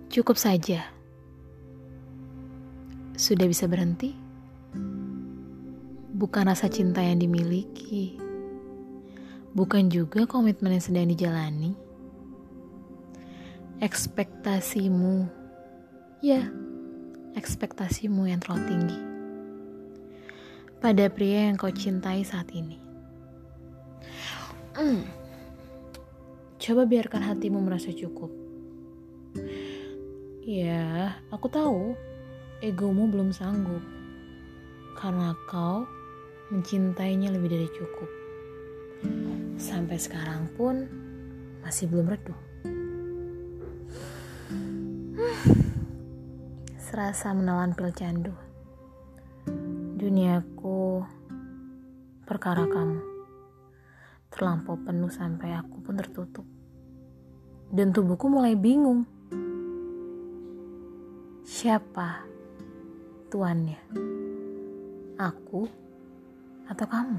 Cukup saja. Sudah bisa berhenti? Bukan rasa cinta yang dimiliki. Bukan juga komitmen yang sedang dijalani. Ekspektasimu. Ya, ekspektasimu yang terlalu tinggi. Pada pria yang kau cintai saat ini. Coba biarkan hatimu merasa cukup. Ya, aku tahu egomu belum sanggup. Karena kau mencintainya lebih dari cukup. Sampai sekarang pun masih belum redup. Serasa menelan pil candu. Duniaku perkara kamu. Terlampau penuh sampai aku pun tertutup. Dan tubuhku mulai bingung. Siapa tuannya? Aku atau kamu?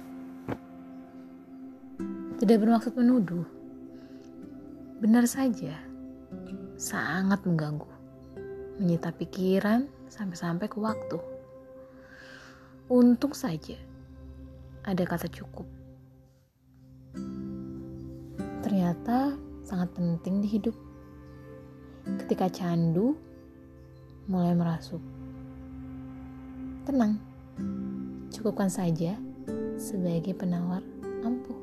Tidak bermaksud menuduh. Benar saja, sangat mengganggu. Menyita pikiran sampai-sampai ke waktu. Untung saja ada kata cukup. Ternyata sangat penting di hidup. Ketika candu mulai merasuk. Tenang, cukupkan saja sebagai penawar ampuh.